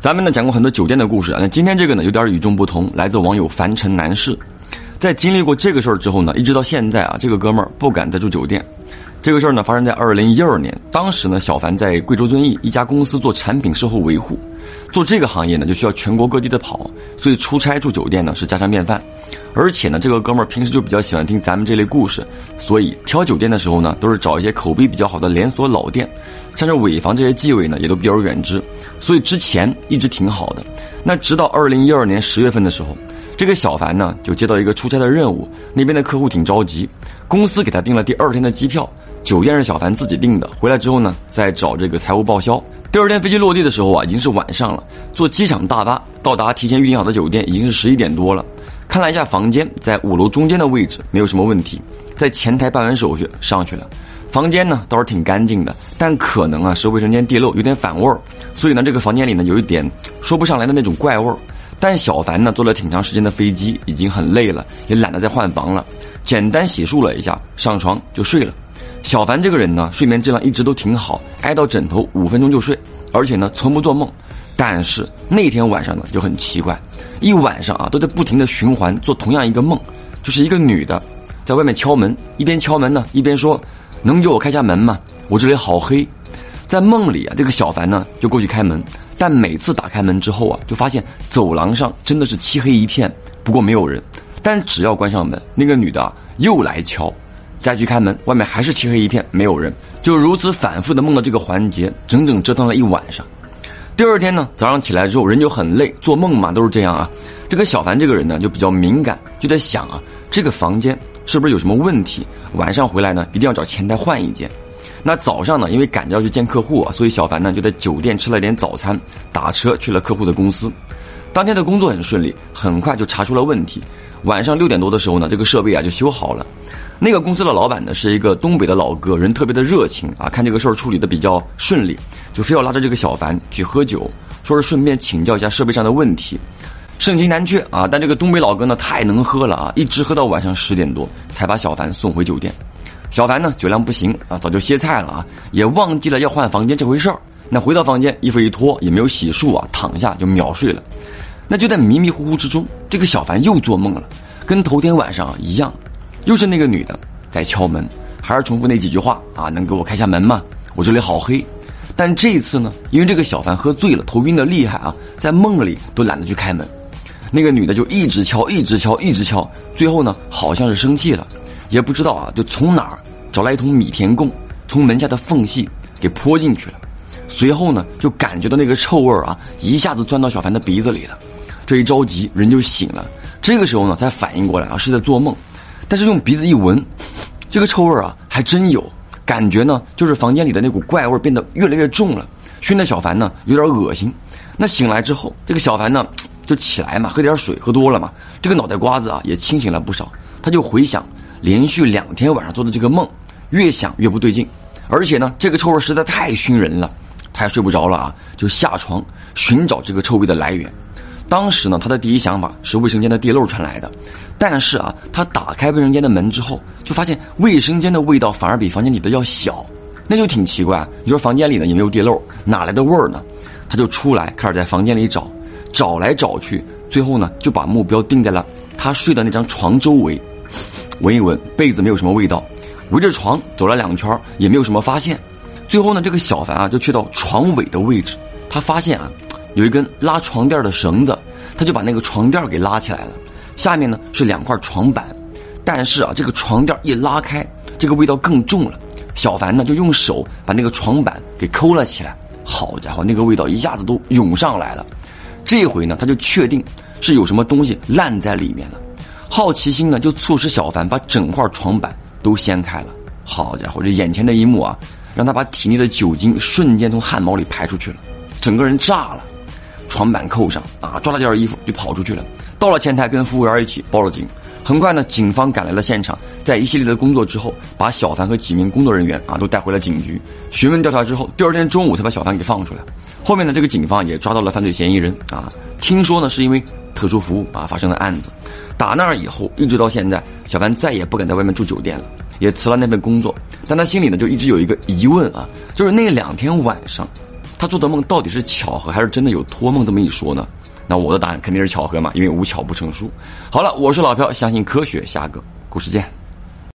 咱们呢讲过很多酒店的故事啊，那今天这个呢有点与众不同，来自网友凡尘男士。在经历过这个事儿之后呢，一直到现在啊，这个哥们儿不敢再住酒店。这个事儿呢发生在2012年，当时呢小凡在贵州遵义一家公司做产品售后维护，做这个行业呢就需要全国各地的跑，所以出差住酒店呢是家常便饭。而且呢这个哥们儿平时就比较喜欢听咱们这类故事，所以挑酒店的时候呢都是找一些口碑比较好的连锁老店，像是尾房这些忌讳呢也都避而远之，所以之前一直挺好的。那直到2012年10月份的时候，这个小凡呢就接到一个出差的任务，那边的客户挺着急，公司给他订了第2天的机票，酒店是小凡自己订的，回来之后呢再找这个财务报销。第2天飞机落地的时候啊已经是晚上了，坐机场大巴到达提前预订好的酒店已经是11点多了。看了一下房间，在5楼中间的位置，没有什么问题，在前台办完手续上去了。房间呢倒是挺干净的，但可能啊是卫生间地漏，有点反味儿，所以呢这个房间里呢有一点说不上来的那种怪味儿。但小凡呢坐了挺长时间的飞机，已经很累了，也懒得再换房了，简单洗漱了一下，上床就睡了。小凡这个人呢睡眠质量一直都挺好，挨到枕头5分钟就睡，而且呢从不做梦。但是那天晚上呢就很奇怪，一晚上啊都在不停的循环做同样一个梦，就是一个女的在外面敲门，一边敲门呢一边说，能给我开下门吗？我这里好黑。在梦里啊这个小凡呢就过去开门，但每次打开门之后啊就发现走廊上真的是漆黑一片，不过没有人。但只要关上门，那个女的啊又来敲，再去开门，外面还是漆黑一片，没有人。就如此反复的梦的这个环节，整整折腾了一晚上。第2天呢早上起来之后人就很累，做梦嘛都是这样啊。这个小凡这个人呢就比较敏感，就在想啊这个房间是不是有什么问题，晚上回来呢一定要找前台换一间。那早上呢因为赶着要去见客户啊，所以小凡呢就在酒店吃了点早餐，打车去了客户的公司。当天的工作很顺利，很快就查出了问题。晚上6点多的时候呢这个设备啊就修好了。那个公司的老板呢是一个东北的老哥，人特别的热情啊，看这个事儿处理的比较顺利，就非要拉着这个小凡去喝酒，说是顺便请教一下设备上的问题。盛情难却啊，但这个东北老哥呢太能喝了啊，一直喝到晚上10点多才把小凡送回酒店。小凡呢酒量不行啊，早就歇菜了啊，也忘记了要换房间这回事儿。那回到房间衣服一脱，也没有洗漱啊，躺下就秒睡了。那就在迷迷糊糊之中，这个小凡又做梦了，跟头天晚上一样，又是那个女的在敲门，还是重复那几句话啊，能给我开下门吗？我这里好黑。但这一次呢，因为这个小凡喝醉了，头晕的厉害啊，在梦里都懒得去开门。那个女的就一直敲，一直敲，一直敲，最后呢好像是生气了，也不知道啊就从哪儿找来一桶米田共，从门下的缝隙给泼进去了。随后呢就感觉到那个臭味啊一下子钻到小凡的鼻子里了。这一着急人就醒了，这个时候呢才反应过来啊是在做梦。但是用鼻子一闻，这个臭味啊还真有，感觉呢就是房间里的那股怪味变得越来越重了，熏得小凡呢有点恶心。那醒来之后，这个小凡呢就起来嘛，喝点水，喝多了嘛，这个脑袋瓜子啊也清醒了不少。他就回想连续2天晚上做的这个梦，越想越不对劲，而且呢这个臭味实在太熏人了，他也睡不着了啊，就下床寻找这个臭味的来源。当时呢他的第一想法是卫生间的地漏传来的，但是啊他打开卫生间的门之后，就发现卫生间的味道反而比房间里的要小，那就挺奇怪。你说房间里呢也没有地漏，哪来的味儿呢？他就出来开始在房间里找，找来找去，最后呢就把目标定在了他睡的那张床周围。闻一闻被子没有什么味道，围着床走了2圈也没有什么发现。最后呢这个小凡啊就去到床尾的位置，他发现啊有一根拉床垫的绳子，他就把那个床垫给拉起来了，下面呢是2块床板。但是啊这个床垫一拉开，这个味道更重了。小凡呢就用手把那个床板给抠了起来，好家伙，那个味道一下子都涌上来了。这回呢他就确定是有什么东西烂在里面了，好奇心呢就促使小凡把整块床板都掀开了。好家伙，这眼前的一幕啊让他把体内的酒精瞬间从汗毛里排出去了，整个人炸了。床板扣上啊，抓了件衣服就跑出去了，到了前台跟服务员一起报了警。很快呢警方赶来了现场，在一系列的工作之后，把小凡和几名工作人员啊都带回了警局。询问调查之后，第2天中午才把小凡给放出来。后面呢这个警方也抓到了犯罪嫌疑人啊，听说呢是因为特殊服务啊发生的案子。打那儿以后一直到现在，小凡再也不敢在外面住酒店了，也辞了那份工作。但他心里呢就一直有一个疑问啊，就是那2天晚上他做的梦到底是巧合还是真的有托梦这么一说呢？那我的答案肯定是巧合嘛，因为无巧不成书。好了，我是老朴，相信科学，下个故事见。